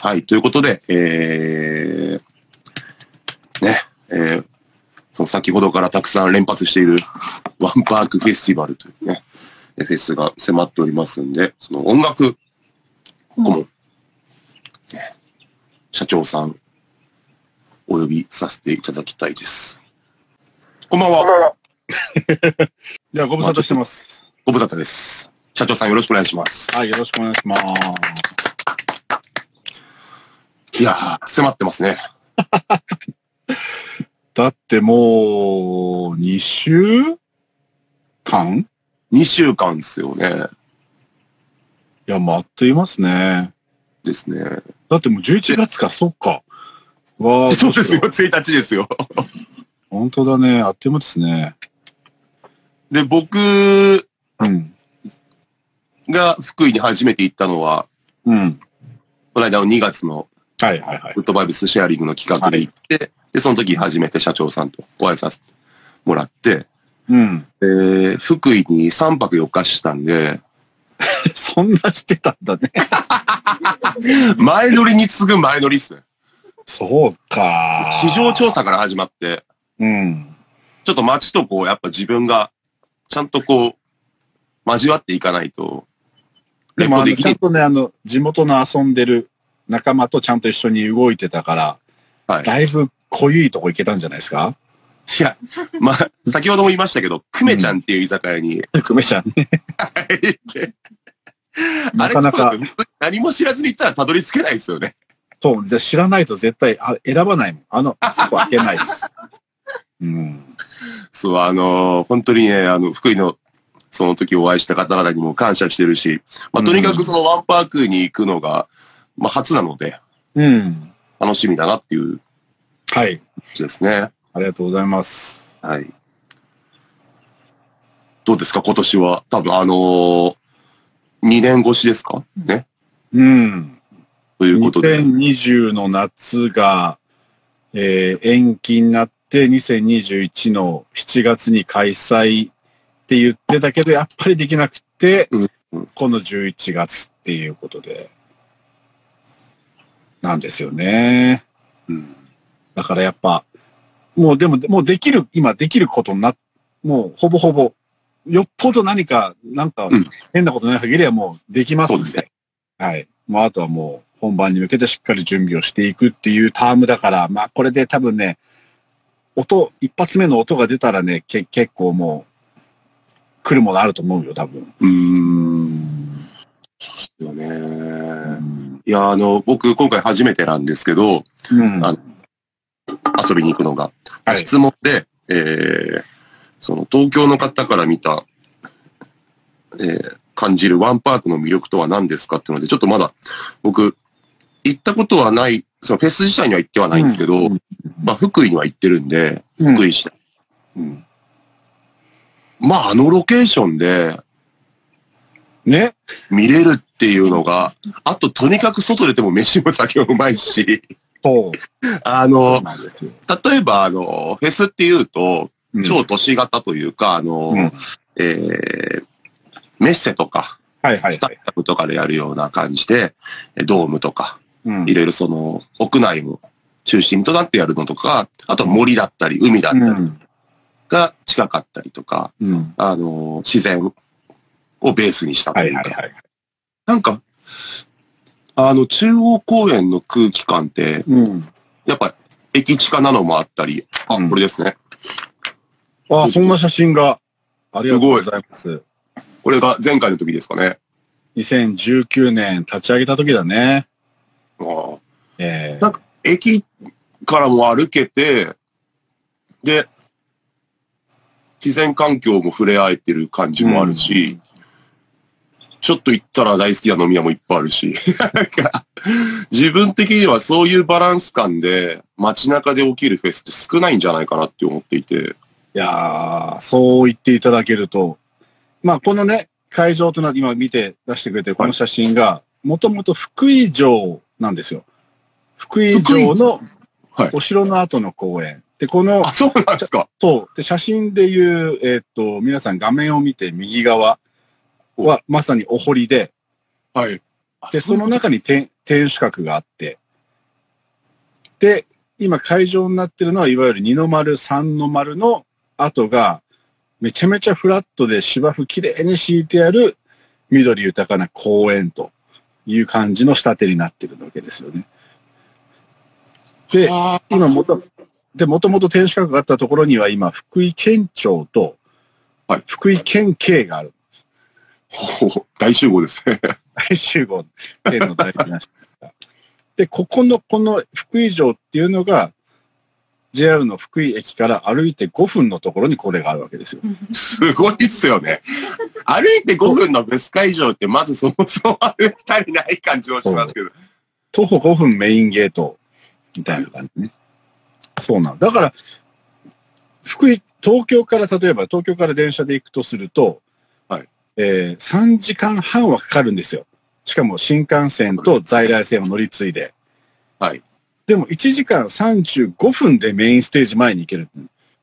はい、ということで、その先ほどからたくさん連発しているワンパークフェスティバルというね、フェスが迫っておりますんで、その音楽顧問、ね、社長さん、お呼びさせていただきたいです。こんばんは。 では、ご無沙汰してます。 ご無沙汰です。社長さんよろしくお願いします。 はい、よろしくお願いします。 いやー、迫ってますね。 だってもう、2週間 ?2 週間ですよね。 いや、待っていますね。 ですね。 だってもう11月か、そっか。わそうですよ、1日ですよ。 本当だね、あっという間ですね。 で、僕が福井に初めて行ったのは、この間の2月のグッドバイブスシェアリングの企画で行って、で、その時初めて社長さんとお会いさせてもらって、福井に3泊4日したんで、 そんなしてたんだね。 前乗りに次ぐ前乗りっすね。 そうか。 市場調査から始まって、ちょっと街とこう、やっぱ自分がちゃんとこう、交わっていかないと、 でもちゃんとね、地元の遊んでる仲間とちゃんと一緒に動いてたから、だいぶ濃いとこ行けたんじゃないですか？ いや、まあ、先ほども言いましたけど、久米ちゃんっていう居酒屋に。 久米ちゃんね。 なかなか。何も知らずに行ったらたどり着けないですよね。 そう、じゃあ知らないと絶対選ばないもん。そこ開けないです。 そう、本当にね、福井のその時お会いした方々にも感謝してるし、まあ、とにかくそのワンパークに行くのが、まあ、初なので、楽しみだなっていう。 はい。 ですね。 ありがとうございます。 はい。どうですか、今年は。多分2年越しですかね。ということで。 2020の夏が、延期になって、2021の7月に開催って言ってたけど、やっぱりできなくて、この11月っていうことで、なんですよね。だからやっぱ、もうできる、今できることもうほぼほぼ、よっぽどなんか変なことない限りはもうできますんで。 ね、 はい。もうあとはもう本番に向けてしっかり準備をしていくっていうタームだから、まあこれで多分ね、一発目の音が出たらね、結構もう、来るものあると思うよ、多分。 ですよね。いや、僕今回初めてなんですけど、遊びに行くのが。質問で、その東京の方から見た、感じるワンパークの魅力とは何ですかっていうので、ちょっとまだ僕、行ったことはない、そのフェス自体には行ってはないんですけど、まあ福井には行ってるんで、福井市。まあロケーションで、 ね。 見れるっていうのが、あととにかく外出ても飯も酒もうまいし、 そう。 例えばフェスっていうと、超都市型というか、メッセとか、スタッフとかでやるような感じで、ドームとか、いろいろその、屋内も中心となってやるのとか、あと森だったり、海だったりが近かったりとか、自然をベースにしたというか、なんか、中央公園の空気感って、やっぱ駅近なのもあったり、これですね。 そんな写真が。ありがとうございます。 これが前回の時ですかね。 2019年立ち上げた時だね。 なんか、駅からも歩けて、で、自然環境も触れ合えてる感じもあるし、ちょっと行ったら大好きな飲み屋もいっぱいあるし、自分的にはそういうバランス感で街中で起きるフェスって少ないんじゃないかなって思っていて。 いやー、そう言っていただけると、まあこのね、会場となって今見て出してくれてるこの写真が、もともと福井城なんですよ。福井城のお城の後の公園。で、この、 そうなんですか。 そう。で、写真でいう、皆さん画面を見て右側はまさにお堀で、 で、その中に天守閣があって、で、今会場になってるのは、いわゆる2の丸、3の丸の跡が、めちゃめちゃフラットで芝生きれいに敷いてある緑豊かな公園という感じの仕立てになってるわけですよね。で、今もともと天守閣があったところには今、福井県庁と福井県警がある。 大集合ですね。 大集合、県の大事な人が。で、この福井城っていうのが、JR の福井駅から歩いて5分のところにこれがあるわけですよ。 すごいっすよね。歩いて5分のベス会場ってまずそもそも歩きたりない感じはしますけど。 徒歩5分メインゲートみたいな感じね。そうなんだから、東京から電車で行くとすると、3時間半はかかるんですよ。しかも新幹線と在来線を乗り継いで。 はい。 でも1時間35分でメインステージ前に行ける。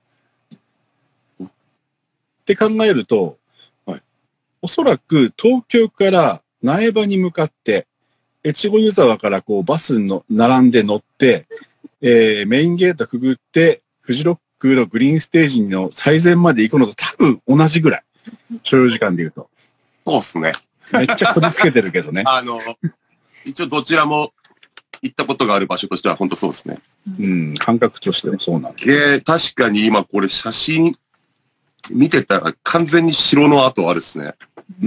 って考えると、おそらく東京から苗場に向かって、越後湯沢からバスの並んで乗って、メインゲートくぐって、フジロックのグリーンステージの最前まで行くのと多分同じぐらい。所要時間で言うと。 そうっすね。 めっちゃこじつけてるけどね。 一応どちらも行ったことがある場所としては本当そうですね。 うん、感覚としてもそうなんです。確かに今これ写真見てたら完全に城の跡あるっすね。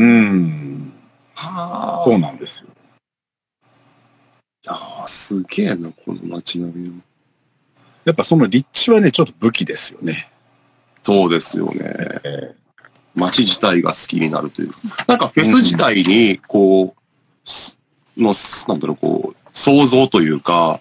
そうなんですよ。 すげえな、この街並み。 やっぱその立地はね、ちょっと武器ですよね。 そうですよね。街自体が好きになるという。なんかフェス自体に、想像というか、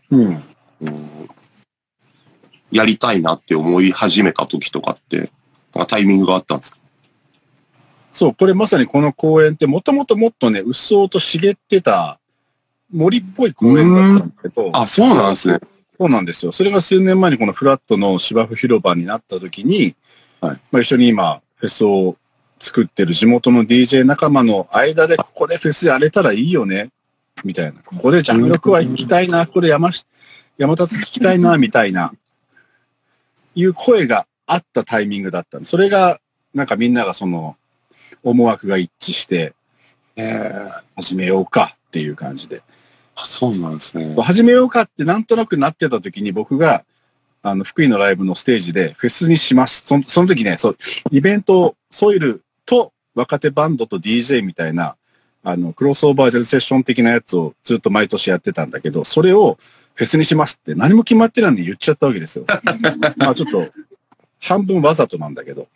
やりたいなって思い始めた時とかって、タイミングがあったんですか？ そう、これまさにこの公園ってもともともっとね、うっそうと茂ってた森っぽい公園だったんだけど。 そうなんですね。 そうなんですよ。それが数年前にこのフラットの芝生広場になった時に、一緒に今フェスを作ってる地元の DJ 仲間の間でここでフェスやれたらいいよね、みたいな。ここでジャンルクは行きたいな、これ山立つ聞きたいな、みたいな、いう声があったタイミングだったんで、それがなんかみんながその思惑が一致して、始めようかっていう感じで。 そうなんですね。 始めようかってなんとなくなってた時に僕が、福井のライブのステージでフェスにします。その時ね、イベント、ソイルと若手バンドと DJ みたいな、クロスオーバージャズセッション的なやつをずっと毎年やってたんだけど、それをフェスにしますって何も決まってないのに言っちゃったわけですよ。まあちょっと、半分わざとなんだけど。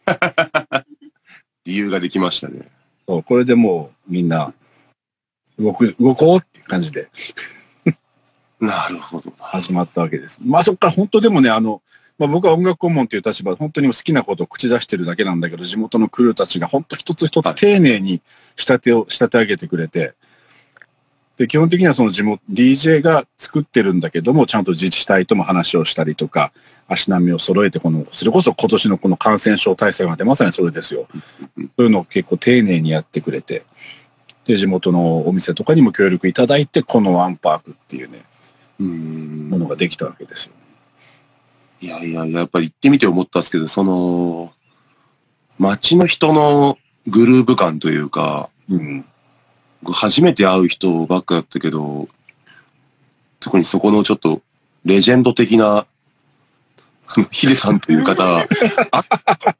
理由ができましたね。 そう、これでもうみんな、動こうっていう感じで。 なるほど。 始まったわけです。まあそっから本当でもね、僕は音楽顧問という立場で本当に好きなことを口出してるだけなんだけど、地元のクルーたちが本当一つ一つ丁寧に仕立て上げてくれて、で、基本的にはそのDJ が作ってるんだけども、ちゃんと自治体とも話をしたりとか、足並みを揃えて、それこそ今年のこの感染症対策なんてまさにそれですよ。そういうのを結構丁寧にやってくれて、で、地元のお店とかにも協力いただいて、このワンパークっていうね、ものができたわけですよ。 いや、やっぱり行ってみて思ったんですけど、街の人のグルーヴ感というか、初めて会う人ばっかだったけど、特にそこのちょっとレジェンド的なヒデさんという方があって、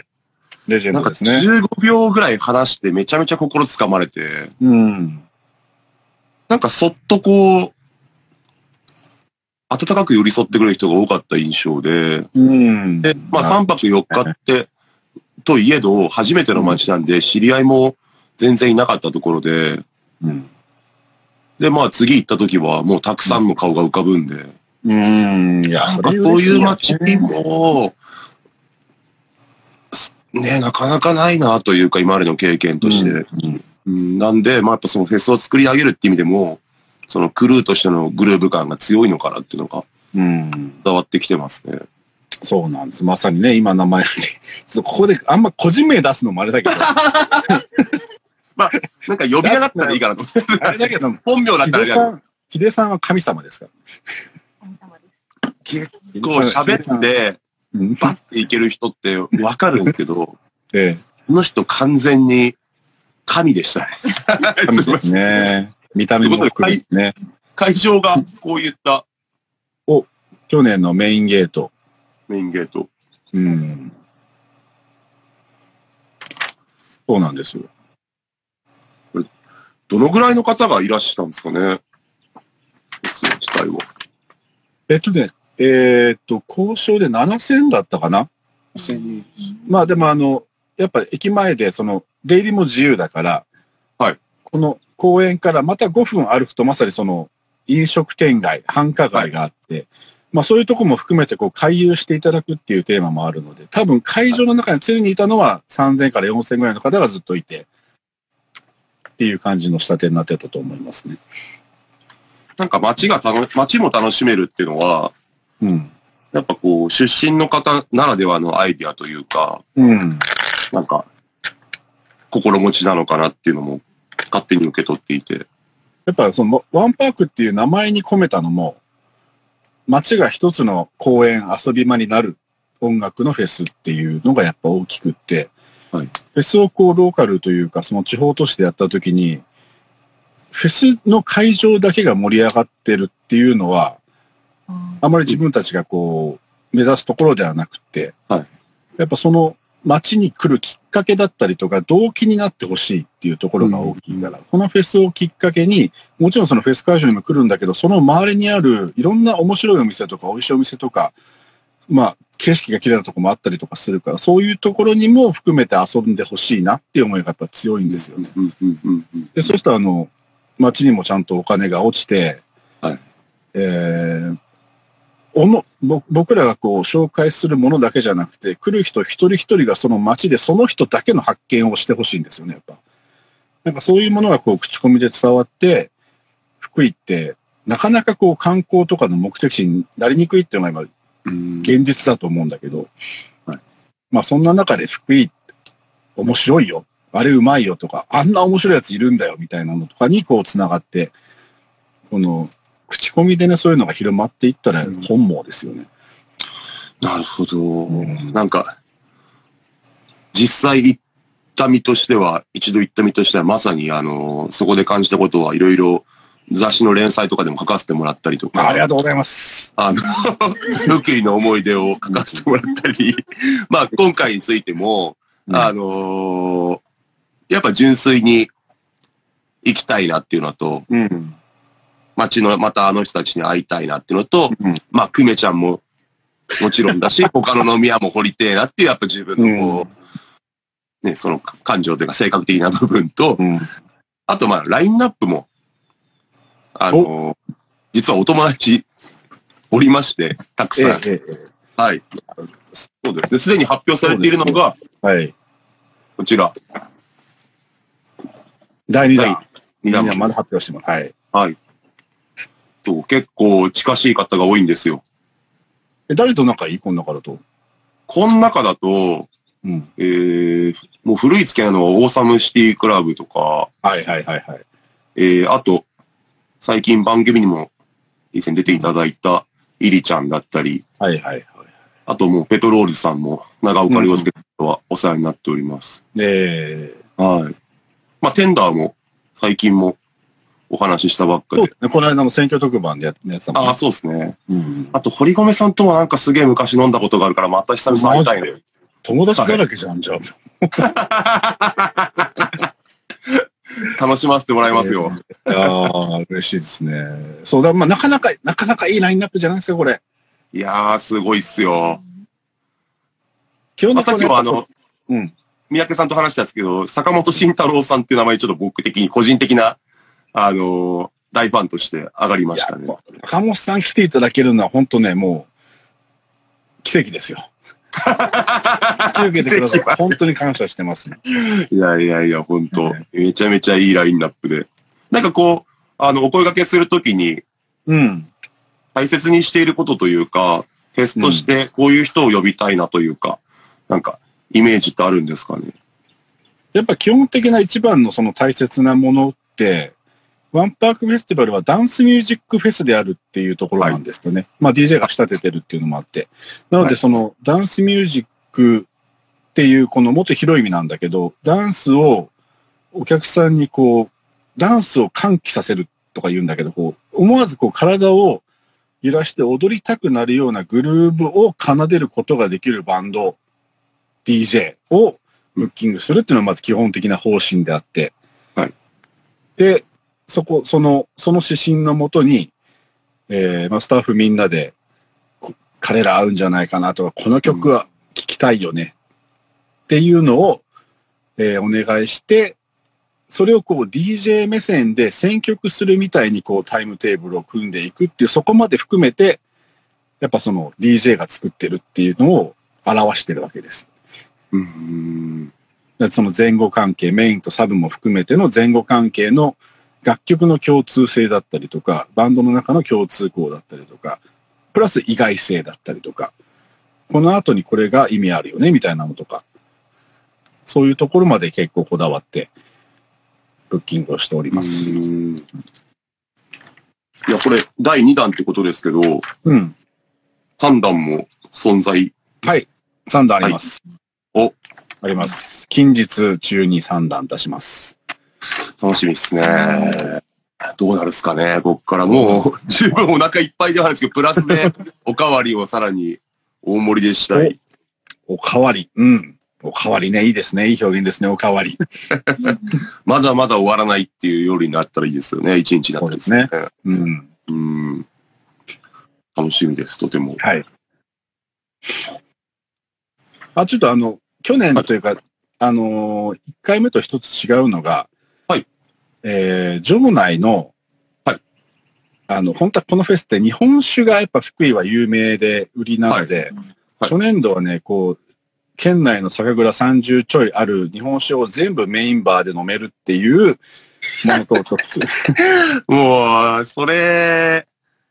レジェンドですね。 なんか15秒ぐらい話してめちゃめちゃ心つかまれて、なんかそっと温かく寄り添ってくれる人が多かった印象で、で、まあ3泊4日ってといえど、初めての街なんで知り合いも全然いなかったところで、で、まあ次行った時はもうたくさんの顔が浮かぶんで、 いや、 そういう街も、ね、なかなかないなというか、今までの経験として。なんで、まあやっぱそのフェスを作り上げるって意味でも、そのクルーとしてのグルーヴ感が強いのかなっていうのが、伝わってきてますね。 そうなんです。まさにね、今名前ここであんま個人名出すのもあれだけど。 まあ、なんか呼び名だったらいいかなと思って。 あれだけど、 本名だったらヒデさんは神様ですから。 結構喋って、バッていける人ってわかるんですけど、この人完全に神でしたね。 神ですね。見た目も含めてね。 会場がこういった。 去年のメインゲート。 メインゲート。 そうなんですよ。 これどのぐらいの方がいらっしゃったんですかね。ですよ、自体は。 交渉で7000だったかな。まあでもやっぱ駅前で出入りも自由だから、 はい。 この公園からまた5分歩くとまさに飲食店街、繁華街があって、はい、まあそういうとこも含めて回遊していただくっていうテーマもあるので、多分会場の中に常にいたのは3000から4000ぐらいの方がずっといて、っていう感じの仕立てになってたと思いますね。 なんか街も楽しめるっていうのは、やっぱ出身の方ならではのアイディアというか、なんか、心持ちなのかなっていうのも勝手に受け取っていて。 やっぱワンパークっていう名前に込めたのも、街が一つの公園、遊び場になる音楽のフェスっていうのがやっぱ大きくって、 はい、 フェスをローカルというか、地方都市でやった時に、フェスの会場だけが盛り上がってるっていうのは、あまり自分たちが目指すところではなくて、 はい、 やっぱ街に来るきっかけだったりとか、動機になってほしいっていうところが大きいから、このフェスをきっかけに、もちろんフェス会場にも来るんだけど、その周りにあるいろんな面白いお店とか、美味しいお店とか、まあ、景色が綺麗なとこもあったりとかするから、そういうところにも含めて遊んでほしいなっていう思いがやっぱ強いんですよね。で、そうすると街にもちゃんとお金が落ちて、 はい、 僕らが紹介するものだけじゃなくて、来る人一人一人がその街でその人だけの発見をしてほしいんですよね、やっぱ。なんかそういうものが口コミで伝わって、福井ってなかなか観光とかの目的地になりにくいっていうのが今、現実だと思うんだけど、 はい、 まあそんな中で福井面白いよ、あれうまいよとか、あんな面白いやついるんだよみたいなのとかに繋がって、口コミでね、そういうのが広まっていったら本望ですよね。 なるほど。なんか、実際行った身としては、一度行った身としては、まさにそこで感じたことはいろいろ雑誌の連載とかでも書かせてもらったりとか。 ありがとうございます。 ルキリの思い出を書かせてもらったり、まあ今回についても、やっぱ純粋に行きたいなっていうのと、街のまたあの人たちに会いたいなっていうのと、まあ久米ちゃんももちろんだし、他の飲み屋も掘りてえなっていうやっぱ自分のね、その感情というか性格的な部分と、あとまあラインナップも、実はお友達おりまして、たくさん。はい。そうですね。すでに発表されているのが、 はい。 こちら。 第2弾。2弾まだ発表してます。はい。 はい。結構近しい方が多いんですよ。 誰と仲いいこの中だと。 この中だと、もう古い付き合いのオーサムシティクラブとか、あと、最近番組にも以前出ていただいたイリちゃんだったり、あともうペトロールさんも長岡亮介とはお世話になっております。はい。まあ、テンダーも最近もお話ししたばっかりで。 そうね。この間の選挙特番でやってたもんね。 ああ、そうですね。あと、堀米さんともなんかすげえ昔飲んだことがあるから、また久々会いたいね。 友達だらけじゃん、じゃあ。 楽しませてもらいますよ。 ああ、嬉しいですね。そうだ、まあ、なかなかいいラインナップじゃないですか、これ。 いやー、すごいっすよ。 さっきも三宅さんと話したんですけど、坂本慎太郎さんっていう名前ちょっと僕的に個人的な、大ファンとして上がりましたね。 坂本さん来ていただけるのは本当ね、もう、奇跡ですよ。受けてください。本当に感謝してますね。 いや、本当、めちゃめちゃいいラインナップで。なんかお声掛けするときに、大切にしていることというか、フェスとしてこういう人を呼びたいなというか、なんか、イメージってあるんですかね。 やっぱ基本的な一番のその大切なものって、ワンパークフェスティバルはダンスミュージックフェスであるっていうところなんですよね。はい、まあ DJ が仕立ててるっていうのもあって。なのでそのダンスミュージックっていうこのもっと広い意味なんだけど、ダンスをお客さんにこう、ダンスを喚起させるとか言うんだけど、こう、思わずこう体を揺らして踊りたくなるようなグルーブを奏でることができるバンド、DJ をブッキングするっていうのがまず基本的な方針であって。 はい。 で、その指針のもとに、まあ、スタッフみんなで、彼ら合うんじゃないかなとか、この曲は聴きたいよね。っていうのを、お願いして、それをこう DJ 目線で選曲するみたいにこうタイムテーブルを組んでいくっていう、そこまで含めて、やっぱその DJ が作ってるっていうのを表してるわけです。その前後関係、メインとサブも含めての前後関係の楽曲の共通性だったりとか、バンドの中の共通項だったりとか、プラス意外性だったりとか、この後にこれが意味あるよねみたいなのとか、そういうところまで結構こだわってブッキングをしております。いや、これ第2弾ってことですけど、 うん。 3弾も存在。 はい。3弾あります。 はい、 あります。近日中に3弾出します。 楽しみっすね。どうなるっすかね。僕からもう十分お腹いっぱいではあるんですけど、プラスでおかわりをさらに大盛りでしたい。 おかわり。うん。おかわりね。いいですね。いい表現ですね。おかわり。 まだまだ終わらないっていう夜になったらいいですよね。一日になったらですね。 うん。 楽しみです。とても。 はい。ちょっと去年というか、1回目と一つ違うのが、 はい。 場内の、 はい。 本当はこのフェスって日本酒がやっぱ福井は有名で売りなので、はい初年度はね、こう、県内の酒蔵30ちょいある日本酒を全部メインバーで飲めるっていうものと、 もう、それ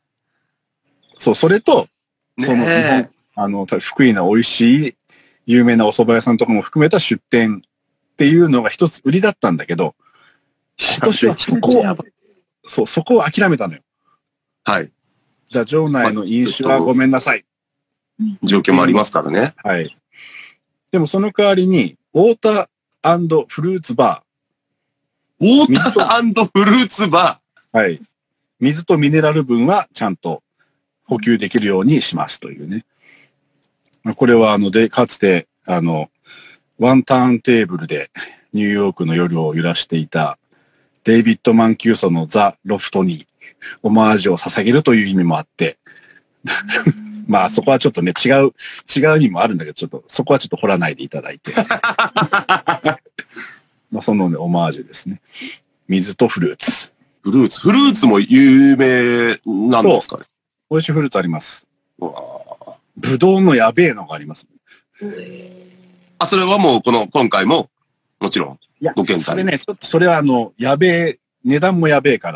と、 その日本、福井の美味しい有名なお蕎麦屋さんとかも含めた出店っていうのが一つ売りだったんだけど、今年はそこを諦めたのよ。 はい。 じゃあ場内の飲酒はごめんなさい。 状況もありますからね。 はい。でもその代わりに、ウォーター&フルーツバー。ウォーター&フルーツバー。はい。水とミネラル分はちゃんと補給できるようにしますというね。これはかつて、ワンターンテーブルでニューヨークの夜を揺らしていたデイビッド・マンキューソのザ・ロフトにオマージュを捧げるという意味もあって、まあそこはちょっとね、違う意味もあるんだけど、ちょっとそこはちょっと掘らないでいただいて。まあそのね、オマージュですね。水とフルーツ。 フルーツも有名なんですかね。 美味しいフルーツあります。ぶどうのやべえのがあります。 それはもう今回も、もちろん、ご検討。 それね、ちょっとそれはやべえ、値段もやべえから。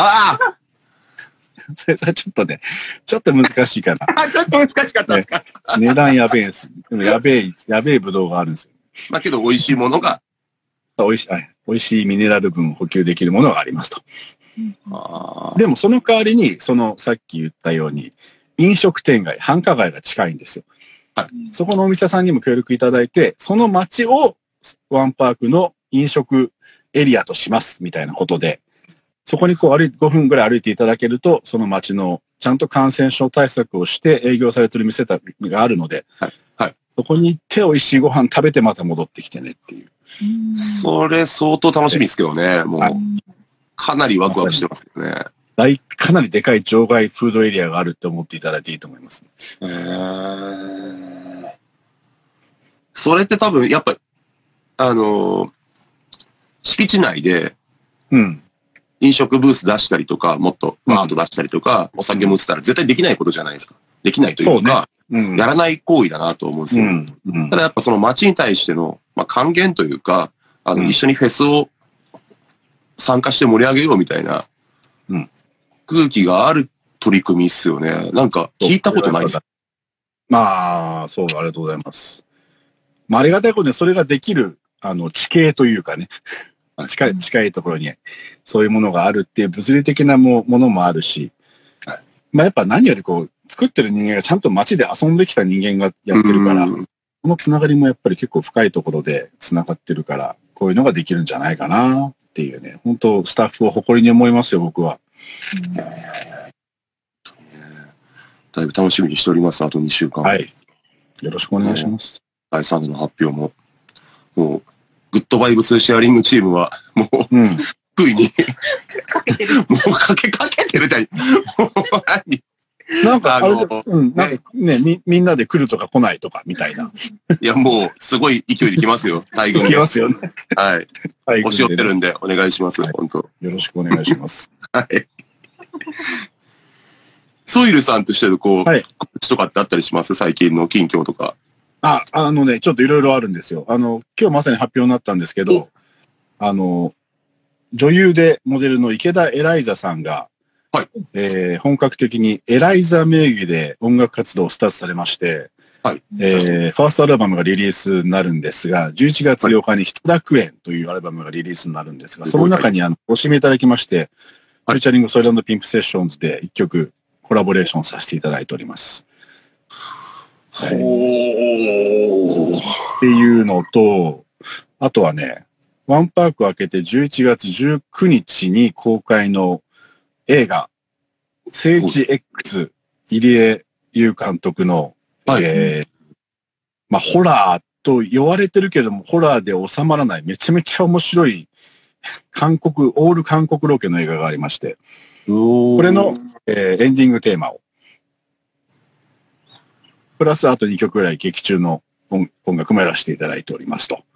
それはちょっとね、ちょっと難しいかな。 ちょっと難しかったですか、 値段やべえです。でもやべえぶどうがあるんですよ。 まあけど美味しいものが。 美味しいミネラル分補給できるものがありますと。でもその代わりに、さっき言ったように、飲食店街、繁華街が近いんですよ。 はい。 そこのお店さんにも協力いただいて、その街をワンパークの飲食エリアとします、みたいなことで、そこにこう5分ぐらい歩いていただけると、その街のちゃんと感染症対策をして営業されてる店があるので、 はい。はい。 そこに行って美味しいご飯食べてまた戻ってきてねっていう。 それ相当楽しみですけどね。もう、かなりワクワクしてますけどね。 かなりでかい場外フードエリアがあるって思っていただいていいと思います。 それって多分、やっぱり、敷地内で、飲食ブース出したりとか、もっとワード出したりとか、お酒も売ってたら絶対できないことじゃないですか。できないというか、やらない行為だなと思うんですよ。ただやっぱその街に対しての、還元というか、一緒にフェスを参加して盛り上げようみたいな、空気がある取り組みっすよね。なんか聞いたことないです。 まあ、そう、ありがとうございます。まあ、ありがたいことにそれができる地形というかね、近いところにそういうものがあるっていう物理的なものもあるし、まあやっぱ何より作ってる人間がちゃんと街で遊んできた人間がやってるから、このつながりもやっぱり結構深いところでつながってるから、こういうのができるんじゃないかなっていうね、本当スタッフを誇りに思いますよ、僕は。 だいぶ楽しみにしております、あと2週間。 はい。よろしくお願いします。 第3弾の発表も。もう、グッドバイブスシェアリングチームは、もう、福井に、もうかけてるみたいに。もう何なんか、みんなで来るとか来ないとか、みたいな。 いや、もう、すごい勢いで来ますよ、大群で。 来ますよね。 はい。押し寄ってるんで、お願いします、本当。 よろしくお願いします。 はい。ソイルさんとしての告知とかってあったりします？最近の近況とか。 ちょっといろいろあるんですよ。今日まさに発表になったんですけど、女優でモデルの池田エライザさんが、本格的にエライザ名義で音楽活動をスタートされまして、ファーストアルバムがリリースになるんですが、11月8日に失楽園というアルバムがリリースになるんですが、その中にご指名いただきまして、フューチャリングソイル&ピンプセッションズで1曲コラボレーションさせていただいております。っていうのと、あとはね、ワンパーク開けて11月19日に公開の映画、聖地 X、入江優監督の、ホラーと言われてるけども、ホラーで収まらない、めちゃめちゃ面白い、オール韓国ロケの映画がありまして、これの、エンディングテーマを、プラスあと2曲ぐらい劇中の音楽もやらせていただいておりますと。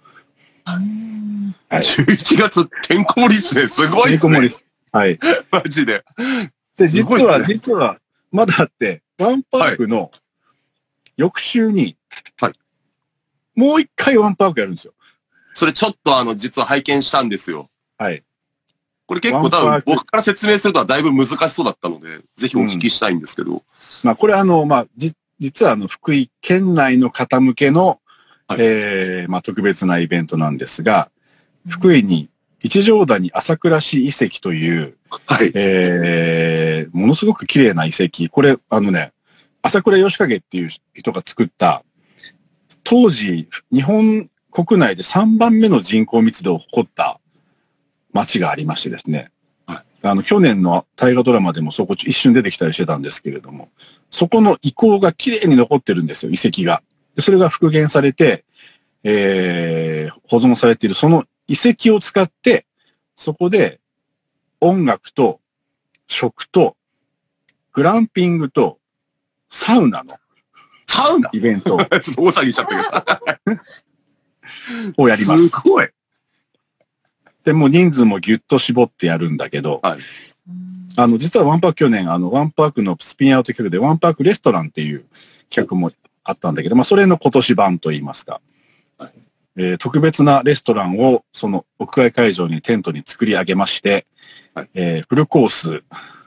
11月てんこ盛りっすね。すごいっすね。てんこ盛りっす。 はい。 マジで。 で、実は、まだあって、ワンパークの翌週に、もう一回ワンパークやるんですよ。 それちょっと実は拝見したんですよ。 はい。 これ結構多分僕から説明するとはだいぶ難しそうだったので、ぜひお聞きしたいんですけど。 これ実は福井県内の方向けの、特別なイベントなんですが、福井に一乗谷朝倉市遺跡という、ものすごく綺麗な遺跡。これ、朝倉義景っていう人が作った、当時、日本国内で3番目の人口密度を誇った町がありましてですね。去年の大河ドラマでもそこ一瞬出てきたりしてたんですけれども、そこの遺構が綺麗に残ってるんですよ、遺跡が。でそれが復元されて、保存されているその遺跡を使って、そこで音楽と食とグランピングとサウナのイベントをちょっと大騒ぎしちゃったけど。 をやります。 すごい。 で、もう人数もギュッと絞ってやるんだけど、実はワンパーク去年、ワンパークのスピンアウト企画でワンパークレストランっていう企画もあったんだけど、それの今年版といいますか、特別なレストランをその屋外会場にテントに作り上げまして、フルコース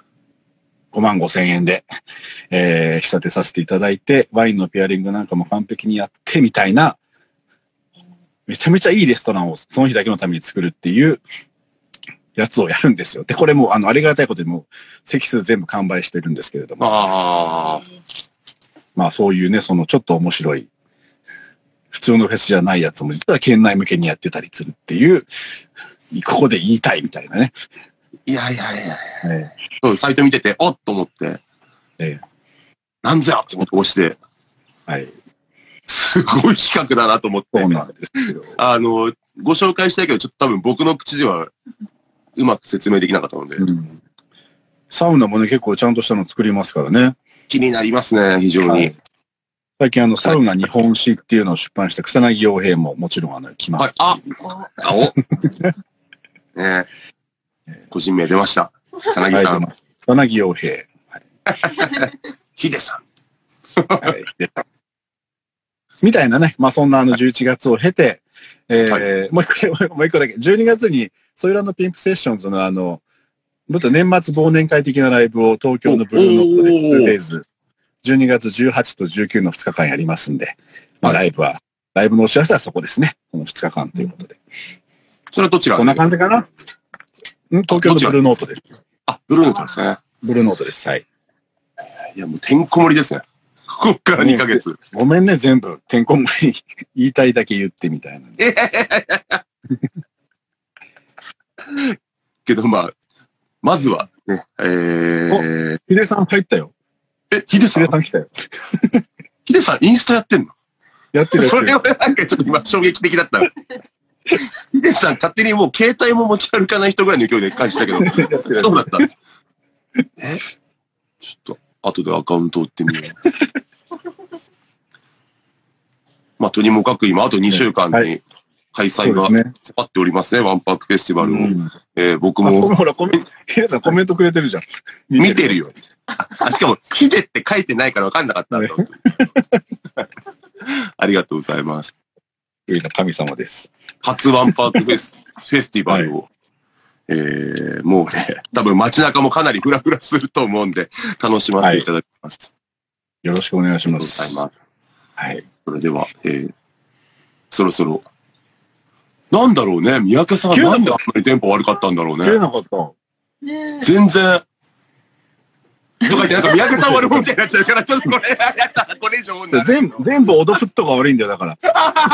55,000円で、仕立てさせていただいて、ワインのペアリングなんかも完璧にやってみたいな、めちゃめちゃいいレストランをその日だけのために作るっていうやつをやるんですよ。で、これもありがたいことでも席数全部完売してるんですけれども。そういうね、ちょっと面白い、普通のフェスじゃないやつも実は県内向けにやってたりするっていう、ここで言いたいみたいなね。 いや。そう、サイト見てて、おっと思って。なんぞやと思って押して。すごい企画だなと思って。 そうなんですよ。 ご紹介したいけど、ちょっと多分僕の口ではうまく説明できなかったので。 サウナもね、結構ちゃんとしたの作りますからね。 気になりますね、非常に。 最近サウナ日本史っていうのを出版した草薙洋平ももちろん来ます。 ね個人名出ました。草薙さん。 草薙洋平。 ヒデさん。 みたいなね。そんな11月を経て、もう一個だけ。12月にソイランドピンプセッションズのもっと年末忘年会的なライブを東京のブルーノットで2 days、12月18と19の2日間やりますんで、ライブはライブのお知らせはそこですね。この2日間ということで。 それはどちら？ そんな感じかな。東京のブルーノートです。 あ、ブルーノートですね。 ブルーノートです。はい。 いや、もうてんこ盛りですね。こっから2ヶ月。 ごめんね、全部。てんこ盛り言いたいだけ言ってみたいな。 けどまあ、まずはね、 ヒデさん入ったよ。 ヒデさん来たよ。 ヒデさんインスタやってんの？ やってる。 それはなんかちょっと今衝撃的だった。ヒデさん勝手にもう携帯も持ち歩かない人ぐらいの勢いで返したけど、そうだった。ちょっと後でアカウント追ってみよう。まあとにもかく今あと2週間に開催が迫っておりますね、ワンパークフェスティバルを。僕も。 ほら、ヒデさんコメントくれてるじゃん。 見てるよ。しかも、ヒデって書いてないから分かんなかったんだよ。ありがとうございます。 神様です。 初ワンパークフェスティバルを、もうね、多分街中もかなりフラフラすると思うんで、楽しませていただきます。 よろしくお願いします。 ありがとうございます。はい。それでは、そろそろ、なんだろうね、三宅さんなんであんまりテンポ悪かったんだろうね。 切れなかった。 全然。とか言って、なんか三宅さん悪者みたいになっちゃうから、ちょっとこれ、やったらこれ以上全部オドフットが悪いんだよ、だから。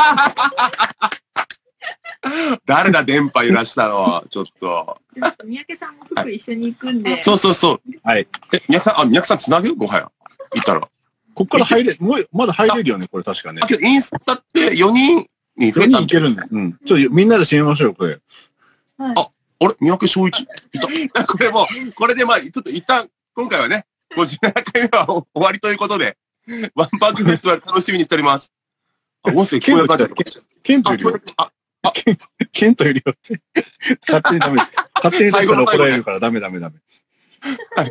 誰だ、電波揺らしたのは、ちょっと。 三宅さんも服一緒に行くんで。 そうそうそう。 はい。 三宅さん繋ぐもはや。いたら。 こっからまだ入れるよね、これ確かね。 けどインスタって4人に増えたんいけるんだ。うん。ちょっとみんなで締めましょうよ、これ。 あれ三宅翔一いた。これでまあ、ちょっと一旦、今回はね、57回目は終わりということで、ワンパークフェスティバル楽しみにしております。音声聞こえなかった。 ケントいるよ。ケントいるよって。勝手にダメ。勝手に出したら怒られるからダメ。はい。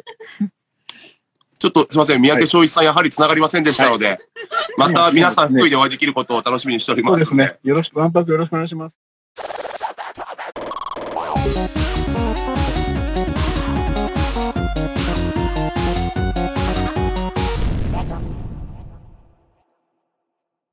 ちょっとすいません、三宅翔一さんやはり繋がりませんでしたので、また皆さん福井でお会いできることを楽しみにしております。 そうですね。ワンパークよろしくお願いします。